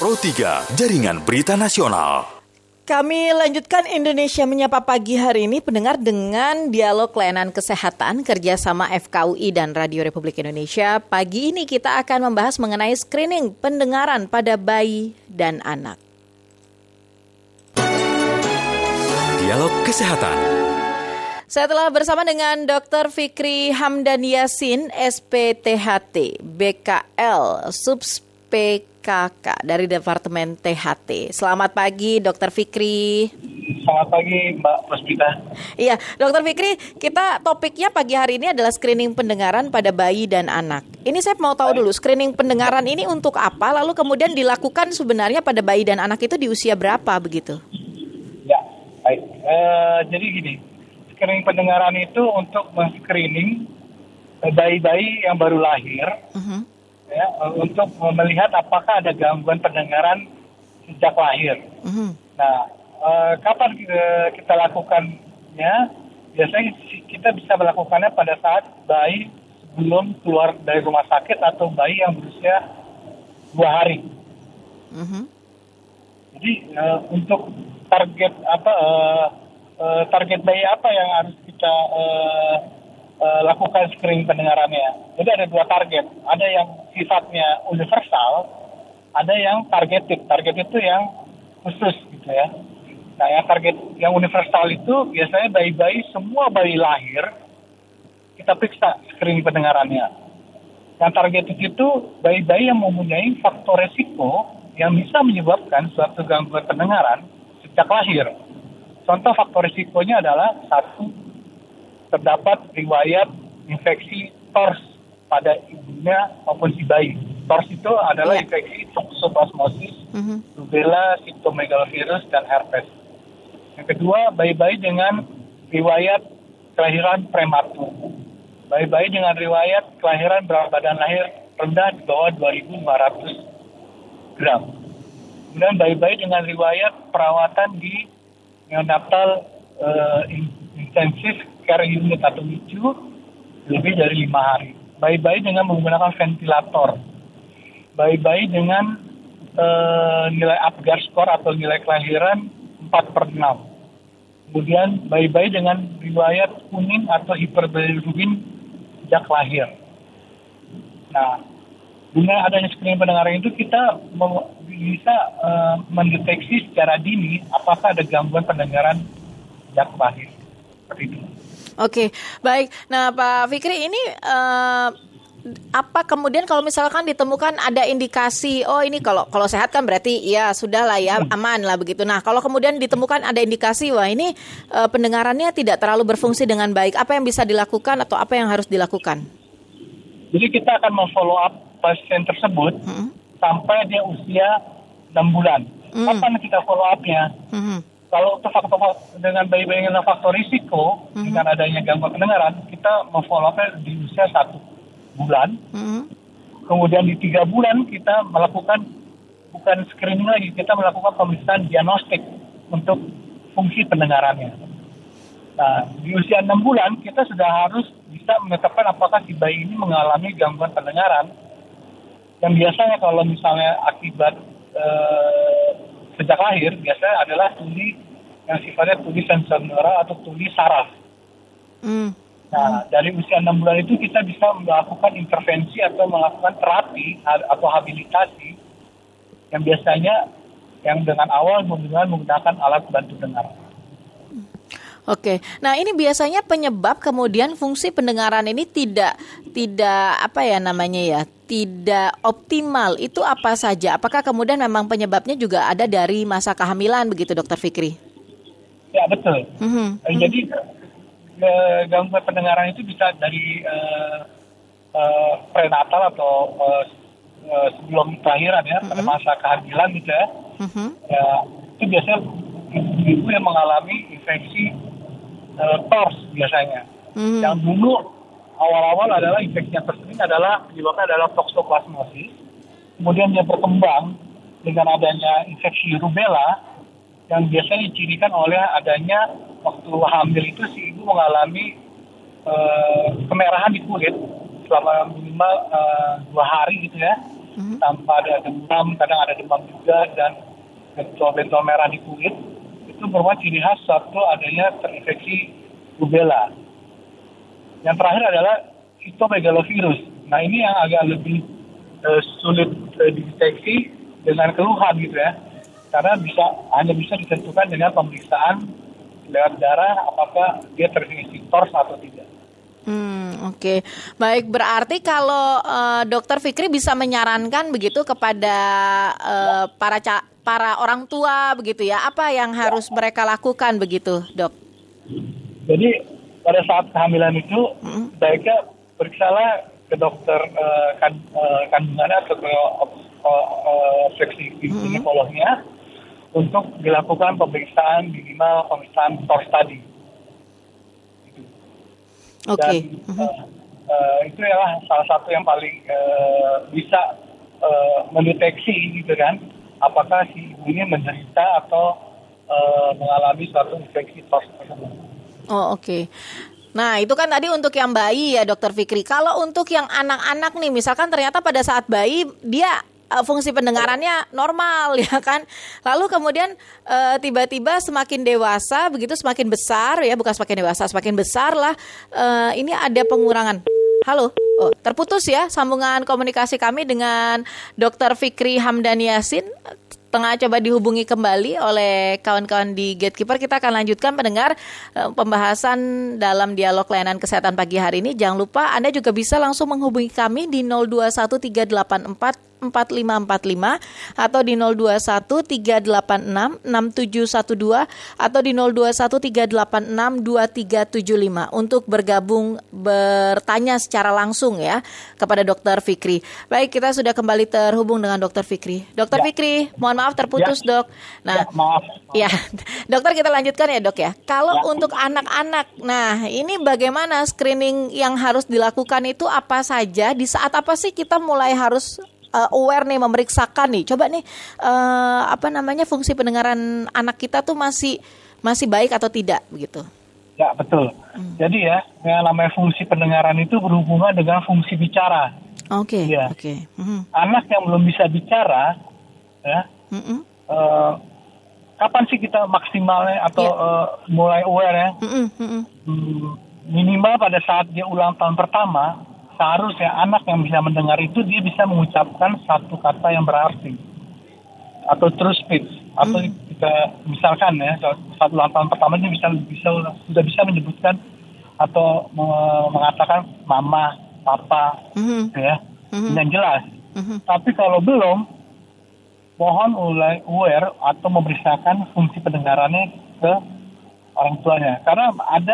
Pro 3, Jaringan Berita Nasional. Kami lanjutkan Indonesia Menyapa pagi hari ini, pendengar, dengan dialog layanan kesehatan kerjasama FKUI dan Radio Republik Indonesia. Pagi ini kita akan membahas mengenai screening pendengaran pada bayi dan anak. Dialog Kesehatan. Saya telah bersama dengan Dr. Fikri Hamdan Yasin, SPTHT, BKL, PKK dari Departemen THT. Selamat pagi, Dr. Fikri. Selamat pagi, Mbak Puspita. Iya, Dr. Fikri, kita topiknya pagi hari ini adalah screening pendengaran pada bayi dan anak. Ini saya mau tahu dulu, screening pendengaran ini untuk apa? Lalu kemudian dilakukan sebenarnya pada bayi dan anak itu di usia berapa begitu? Ya, baik. Jadi gini, screening pendengaran itu untuk men-screening bayi-bayi yang baru lahir. Ya, untuk melihat apakah ada gangguan pendengaran sejak lahir. Nah, kapan kita lakukannya? Biasanya kita bisa melakukannya pada saat bayi sebelum keluar dari rumah sakit atau bayi yang berusia 2 hari. Jadi untuk target target bayi apa yang harus kita lakukan screening pendengarannya. Jadi ada 2 target. Ada yang sifatnya universal, ada yang targeted. Target itu yang khusus gitu ya. Nah, yang target yang universal itu biasanya bayi-bayi, semua bayi lahir kita periksa screening pendengarannya. Yang targeted itu bayi-bayi yang mempunyai faktor resiko yang bisa menyebabkan suatu gangguan pendengaran sejak lahir. Contoh faktor risikonya adalah 1, terdapat riwayat infeksi TORS pada ibunya maupun si bayi. TORS itu adalah infeksi toxoplasmosis, rubella, cytomegalovirus, dan herpes. Yang kedua, bayi-bayi dengan riwayat kelahiran prematur. Bayi-bayi dengan riwayat kelahiran berat badan lahir rendah di bawah 2.500 gram. Kemudian bayi-bayi dengan riwayat perawatan di neonatal intensif care unit atau NICU lebih dari 5 hari. Bayi-bayi dengan menggunakan ventilator. Bayi-bayi dengan nilai Apgar score atau nilai kelahiran 4/6. Kemudian bayi-bayi dengan riwayat kuning atau hiperbilirubin sejak lahir. Nah, dengan adanya screening pendengaran itu kita bisa mendeteksi secara dini apakah ada gangguan pendengaran sejak lahir. Seperti itu. Oke, baik. Nah, Pak Fikri, ini apa kemudian kalau misalkan ditemukan ada indikasi, oh ini kalau sehat kan berarti ya sudah lah ya, aman lah begitu. Nah, kalau kemudian ditemukan ada indikasi, wah ini pendengarannya tidak terlalu berfungsi dengan baik, apa yang bisa dilakukan atau apa yang harus dilakukan? Jadi kita akan memfollow up pasien tersebut sampai dia usia 6 bulan. Kapan kita follow up-nya? Kalau untuk faktor dengan bayi-bayi dengan faktor risiko dengan adanya gangguan pendengaran, kita memfollow up di usia 1 bulan. Kemudian di 3 bulan kita melakukan bukan screening lagi, kita melakukan pemeriksaan diagnostik untuk fungsi pendengarannya. Nah, di usia 6 bulan kita sudah harus bisa menetapkan apakah si bayi ini mengalami gangguan pendengaran. Yang biasanya kalau misalnya akibat sejak lahir biasanya adalah tuli yang sifatnya tuli sensorial atau tuli saraf. Nah, dari usia 6 bulan itu kita bisa melakukan intervensi atau melakukan terapi atau habilitasi yang biasanya yang dengan awal menggunakan alat bantu dengar. Oke, nah ini biasanya penyebab kemudian fungsi pendengaran ini tidak tidak optimal. Itu apa saja? Apakah kemudian memang penyebabnya juga ada dari masa kehamilan begitu, Dr. Fikri? Ya, betul. Jadi gangguan pendengaran itu bisa dari prenatal atau sebelum kelahiran ya, pada masa kehamilan gitu ya. Ya, itu biasanya ibu yang mengalami infeksi TORS biasanya. Yang dulu awal-awal adalah infeksi yang tersering adalah penyebabnya adalah toxoplasmosis. Kemudian dia berkembang dengan adanya infeksi rubella yang biasanya dicirikan oleh adanya waktu hamil itu si ibu mengalami kemerahan di kulit selama minimal 2 hari gitu ya. tanpa ada demam, kadang ada demam juga, dan bentol-bentol merah di kulit, itu merupakan ciri khas suatu adanya terinfeksi rubella. Yang terakhir adalah cytomegalovirus. Nah, ini yang agak lebih sulit dideteksi dengan keluhan gitu ya, karena hanya bisa ditentukan dengan pemeriksaan lewat darah apakah dia terinfeksi TORS atau tidak. Oke. Baik, berarti kalau Dokter Fikri bisa menyarankan begitu kepada para orang tua begitu ya, apa yang harus mereka lakukan begitu, Dok? Jadi pada saat kehamilan itu baiknya periksalah ke dokter kandungannya atau ke seksi ginekolognya untuk dilakukan pemeriksaan minimal pemeriksaan TORS tadi. Oke. Itu adalah salah satu yang paling bisa mendeteksi gitu kan, apakah si ibu ini menderita atau mengalami suatu infeksi TORS tersebut. Oh, oke. Nah, itu kan tadi untuk yang bayi ya, Dokter Fikri. Kalau untuk yang anak-anak nih, misalkan ternyata pada saat bayi dia fungsi pendengarannya normal ya kan. Lalu kemudian tiba-tiba semakin dewasa begitu, semakin besar ya, bukan semakin dewasa, semakin besar lah ini ada pengurangan. Halo, terputus ya sambungan komunikasi kami dengan Dr. Fikri Hamdani Yassin. Tengah coba dihubungi kembali oleh kawan-kawan di Gatekeeper. Kita akan lanjutkan pendengar pembahasan dalam dialog layanan kesehatan pagi hari ini. Jangan lupa Anda juga bisa langsung menghubungi kami di 0213844545 atau di 0213866712 atau di 0213862375 untuk bergabung bertanya secara langsung ya kepada Dr. Fikri. Baik, kita sudah kembali terhubung dengan Dr. Fikri. Dr. Fikri, mohon maaf terputus Dok. Nah, maaf. Ya, dokter kita lanjutkan ya Dok ya. Kalau untuk anak-anak, nah ini bagaimana screening yang harus dilakukan itu apa saja? Di saat apa sih kita mulai harus aware nih, memeriksakan nih? Coba nih, fungsi pendengaran anak kita tuh masih baik atau tidak begitu? Ya, betul. Jadi ya, yang namanya fungsi pendengaran itu berhubungan dengan fungsi bicara. Oke. Ya. Anak yang belum bisa bicara, ya. Kapan sih kita maksimalnya atau mulai aware ya? Minimal pada saat dia ulang tahun pertama, seharusnya anak yang bisa mendengar itu dia bisa mengucapkan satu kata yang berarti atau true speech atau kita misalkan ya saat ulang tahun pertama dia sudah bisa menyebutkan atau mengatakan mama, papa, ya dengan jelas. Tapi kalau belum, mohon mulai aware atau memeriksakan fungsi pendengarannya ke orang tuanya, karena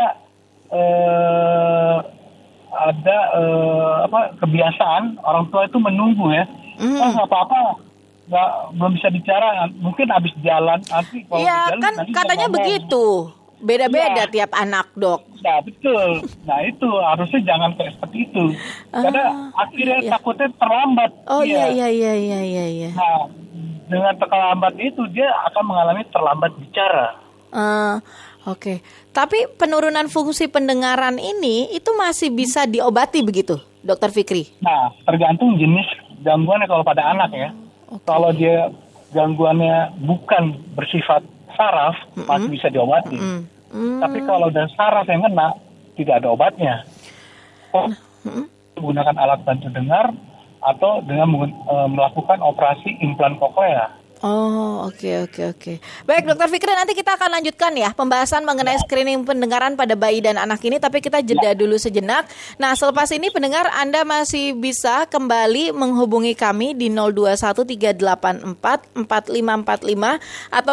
ada kebiasaan orang tua itu menunggu ya, nggak apa-apa, belum bisa bicara, mungkin habis jalan nanti. Iya kan katanya begitu, beda-beda tiap anak Dok. Nah betul, nah itu harusnya jangan kayak seperti itu, karena akhirnya takutnya terlambat. Oh iya. Nah dengan terlambat itu dia akan mengalami terlambat bicara. Oke. Tapi penurunan fungsi pendengaran ini itu masih bisa diobati begitu, Dokter Fikri? Nah, tergantung jenis gangguannya kalau pada anak ya. Kalau dia gangguannya bukan bersifat saraf, masih bisa diobati. Tapi kalau ada saraf yang kena, tidak ada obatnya. Menggunakan alat bantu dengar atau dengan melakukan operasi implan koklea. Oh, oke. Baik, Dokter Fikri, nanti kita akan lanjutkan ya pembahasan mengenai screening pendengaran pada bayi dan anak ini, tapi kita jeda dulu sejenak. Nah, selepas ini pendengar Anda masih bisa kembali menghubungi kami di 0213844545 atau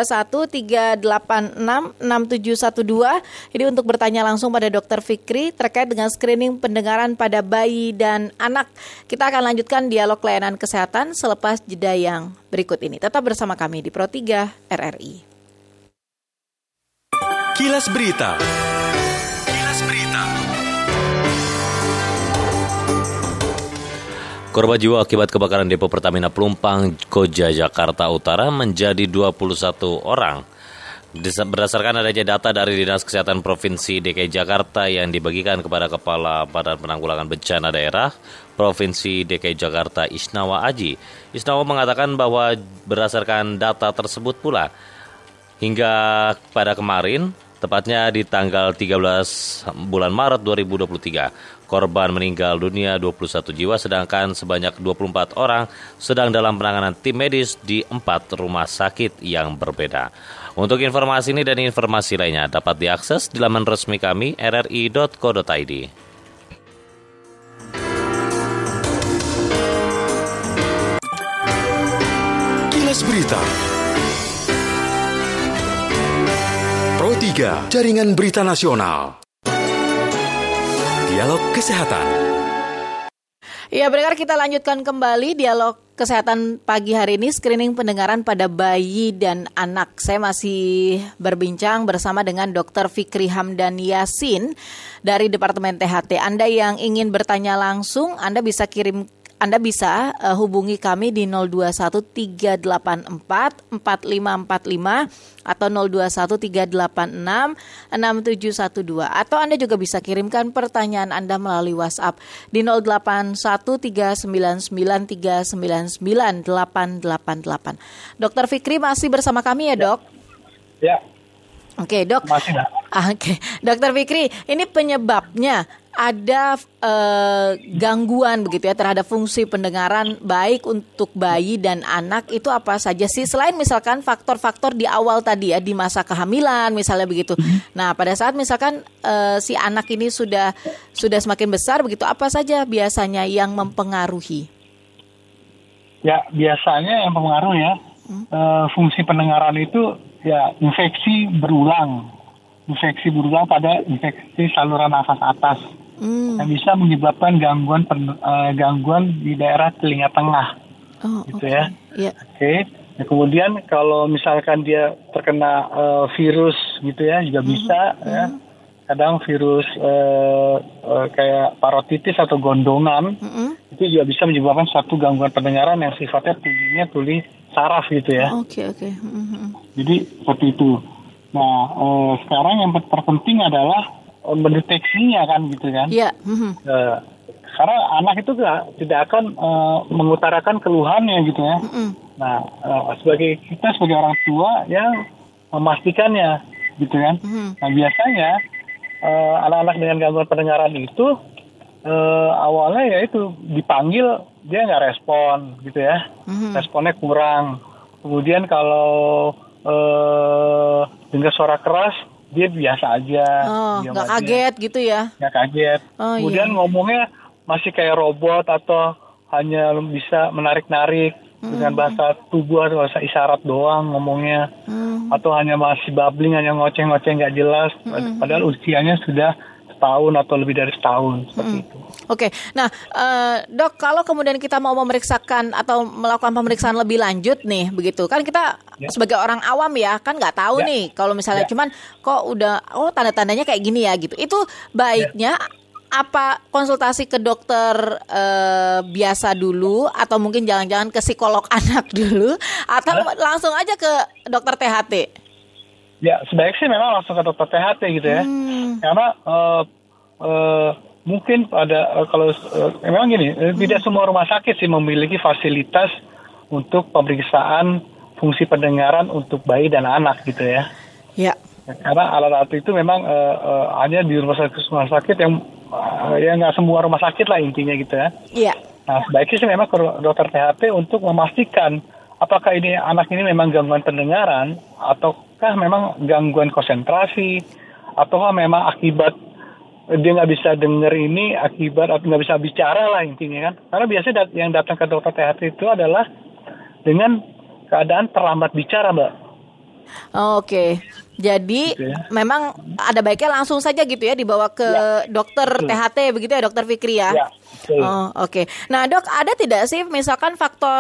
0213866712. Jadi untuk bertanya langsung pada Dokter Fikri terkait dengan screening pendengaran pada bayi dan anak. Kita akan lanjutkan dialog layanan kesehatan selepas jeda yang berikut ini. Tetap bersama kami di Pro 3 RRI. Kilas Berita. Korban jiwa akibat kebakaran depo Pertamina Pelumpang Koja Jakarta Utara menjadi 21 orang. Berdasarkan adanya data dari Dinas Kesehatan Provinsi DKI Jakarta yang dibagikan kepada Kepala Badan Penanggulangan Bencana Daerah Provinsi DKI Jakarta Isnawa Aji, Isnawa mengatakan bahwa berdasarkan data tersebut pula, hingga pada kemarin, tepatnya di tanggal 13 bulan Maret 2023, korban meninggal dunia 21 jiwa, sedangkan sebanyak 24 orang sedang dalam penanganan tim medis di 4 rumah sakit yang berbeda. Untuk informasi ini dan informasi lainnya dapat diakses di laman resmi kami rri.co.id. Kilas Berita. Pro 3, Jaringan Berita Nasional. Dialog Kesehatan. Ya, pendengar, kita lanjutkan kembali dialog kesehatan pagi hari ini, screening pendengaran pada bayi dan anak. Saya masih berbincang bersama dengan Dr. Fikri Hamdan Yasin dari Departemen THT. Anda yang ingin bertanya langsung, Anda bisa hubungi kami di 0213844545 atau 0213866712, atau Anda juga bisa kirimkan pertanyaan Anda melalui WhatsApp di 081399399888. Dr. Fikri masih bersama kami ya, Dok? Ya. Oke, Dok. Masih, ya. Oke, Dr. Fikri, ini penyebabnya ada gangguan begitu ya terhadap fungsi pendengaran baik untuk bayi dan anak, itu apa saja sih? Selain misalkan faktor-faktor di awal tadi ya, di masa kehamilan misalnya begitu. Nah, pada saat misalkan si anak ini sudah semakin besar begitu, apa saja biasanya yang mempengaruhi? Ya, biasanya yang mempengaruhi ya, fungsi pendengaran itu ya infeksi berulang pada infeksi saluran nafas atas. Yang bisa menyebabkan gangguan di daerah telinga tengah, gitu ya. Yeah. Oke. Nah, kemudian kalau misalkan dia terkena virus, gitu ya, juga bisa. Ya. Kadang virus kayak parotitis atau gondongan, itu juga bisa menyebabkan suatu gangguan pendengaran yang sifatnya tuli saraf, gitu ya. Oke. Jadi seperti itu. Nah, sekarang yang terpenting adalah mendeteksinya kan, gitu kan. Iya. Karena anak itu tidak akan mengutarakan keluhannya, gitu ya. Nah, sebagai orang tua yang memastikannya, gitu kan. Nah, biasanya anak-anak dengan gangguan pendengaran itu awalnya ya itu dipanggil dia nggak respon, gitu ya. Responnya kurang. Kemudian kalau dengar suara keras, dia biasa aja. Nggak kaget gitu ya? Nggak kaget. Kemudian ngomongnya masih kayak robot atau hanya bisa menarik-narik dengan bahasa tubuh atau bahasa isyarat doang ngomongnya. Atau hanya masih babbling, hanya ngoceh-ngoceh nggak jelas. Padahal usianya sudah setahun atau lebih dari setahun, seperti itu. Oke, nah Dok, kalau kemudian kita mau memeriksakan atau melakukan pemeriksaan lebih lanjut nih, begitu kan kita sebagai orang awam ya kan nggak tahu nih kalau misalnya cuman kok udah tanda-tandanya kayak gini ya gitu. Itu baiknya apa konsultasi ke dokter biasa dulu, atau mungkin jangan-jangan ke psikolog anak dulu, atau langsung aja ke dokter THT? Ya, sebaiknya sih memang langsung ke dokter THT, gitu ya. Karena mungkin kalau memang gini, tidak semua rumah sakit sih memiliki fasilitas untuk pemeriksaan fungsi pendengaran untuk bayi dan anak, gitu ya. Ya. Karena alat-alat itu memang hanya di rumah sakit yang nggak semua rumah sakit lah intinya, gitu ya. Iya. Nah, sebaiknya sih memang ke dokter THT untuk memastikan apakah anak ini memang gangguan pendengaran, ataukah memang gangguan konsentrasi, ataukah memang akibat dia nggak bisa dengar ini akibat atau nggak bisa bicara lah intinya kan. Karena biasanya yang datang ke dokter THT itu adalah dengan keadaan terlambat bicara, Mbak. Oke. Jadi memang ada baiknya langsung saja gitu ya dibawa ke dokter THT begitu ya, Dokter Fikri ya. Oke. Nah, Dok, ada tidak sih misalkan faktor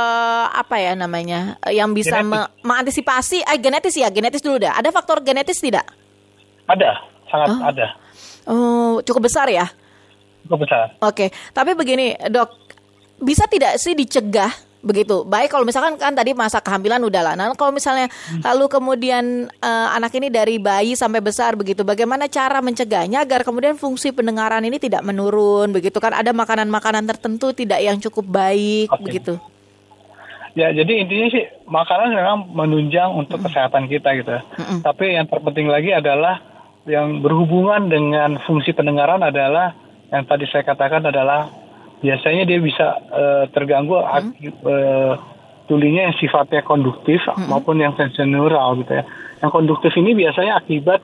yang bisa mengantisipasi genetis dulu dah. Ada faktor genetis tidak? Ada, sangat ada. Cukup besar ya? Cukup besar. Oke. Tapi begini, Dok, bisa tidak sih dicegah Begitu. Baik kalau misalkan kan tadi masa kehamilan udahlah. Nah kalau misalnya lalu kemudian anak ini dari bayi sampai besar begitu, bagaimana cara mencegahnya agar kemudian fungsi pendengaran ini tidak menurun begitu kan? Ada makanan-makanan tertentu tidak yang cukup baik begitu. Ya, jadi intinya sih makanan memang menunjang untuk kesehatan kita gitu. Tapi yang terpenting lagi adalah yang berhubungan dengan fungsi pendengaran adalah yang tadi saya katakan adalah biasanya dia bisa terganggu tulinya yang sifatnya konduktif maupun yang sensorineural gitu ya. Yang konduktif ini biasanya akibat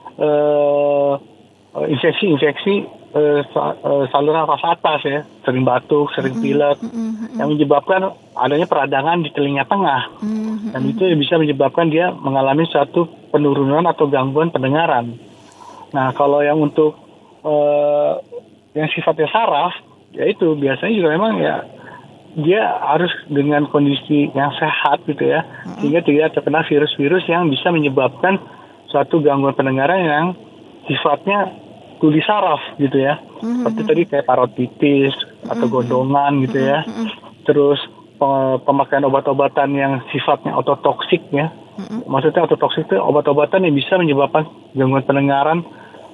infeksi saluran nafas atas ya, sering batuk, sering pilek, yang menyebabkan adanya peradangan di telinga tengah, dan itu bisa menyebabkan dia mengalami suatu penurunan atau gangguan pendengaran. Nah, kalau yang untuk yang sifatnya saraf, yaitu biasanya juga memang ya dia harus dengan kondisi yang sehat gitu ya, sehingga tidak terkena virus-virus yang bisa menyebabkan suatu gangguan pendengaran yang sifatnya tuli saraf gitu ya, seperti tadi kayak parotitis atau gondongan gitu ya, terus pemakaian obat-obatan yang sifatnya ototoksik ya, maksudnya ototoksik itu obat-obatan yang bisa menyebabkan gangguan pendengaran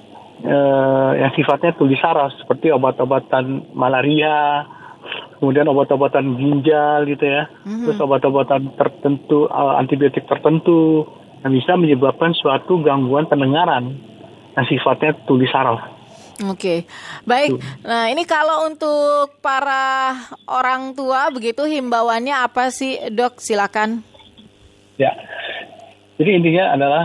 yang sifatnya tuli saraf seperti obat-obatan malaria, kemudian obat-obatan ginjal gitu ya, terus obat-obatan tertentu, antibiotik tertentu yang bisa menyebabkan suatu gangguan pendengaran yang sifatnya tuli saraf. Oke, baik. Nah ini kalau untuk para orang tua begitu himbauannya apa sih dok? Silakan. Ya, jadi intinya adalah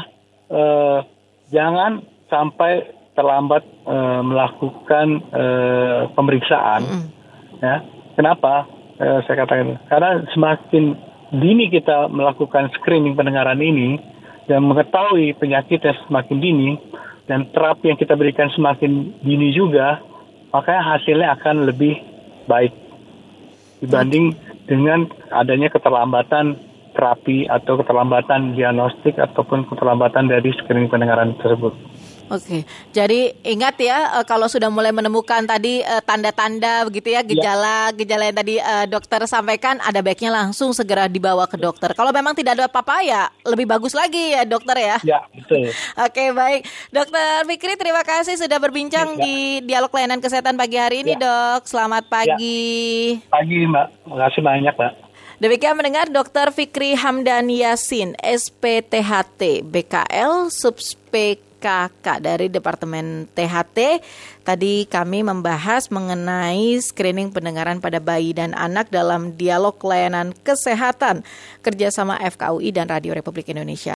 jangan sampai terlambat melakukan pemeriksaan. Ya, kenapa? Saya katakan karena semakin dini kita melakukan screening pendengaran ini dan mengetahui penyakitnya semakin dini dan terapi yang kita berikan semakin dini juga, makanya hasilnya akan lebih baik dibanding dengan adanya keterlambatan terapi atau keterlambatan diagnostik ataupun keterlambatan dari screening pendengaran tersebut. Oke, jadi ingat ya kalau sudah mulai menemukan tadi tanda-tanda begitu ya, gejala yang tadi dokter sampaikan, ada baiknya langsung segera dibawa ke dokter. Kalau memang tidak ada apa-apa ya lebih bagus lagi ya dokter ya. Ya, betul. Oke, baik. Dokter Fikri, terima kasih sudah berbincang di Dialog Layanan Kesehatan pagi hari ini dok. Selamat pagi. Pagi Mbak, makasih banyak Mbak. Demikian mendengar Dr. Fikri Hamdan Yasin, SPTHT, BKL, Subspek KK dari Departemen THT. Tadi kami membahas mengenai screening pendengaran pada bayi dan anak dalam Dialog Layanan Kesehatan kerjasama FKUI dan Radio Republik Indonesia.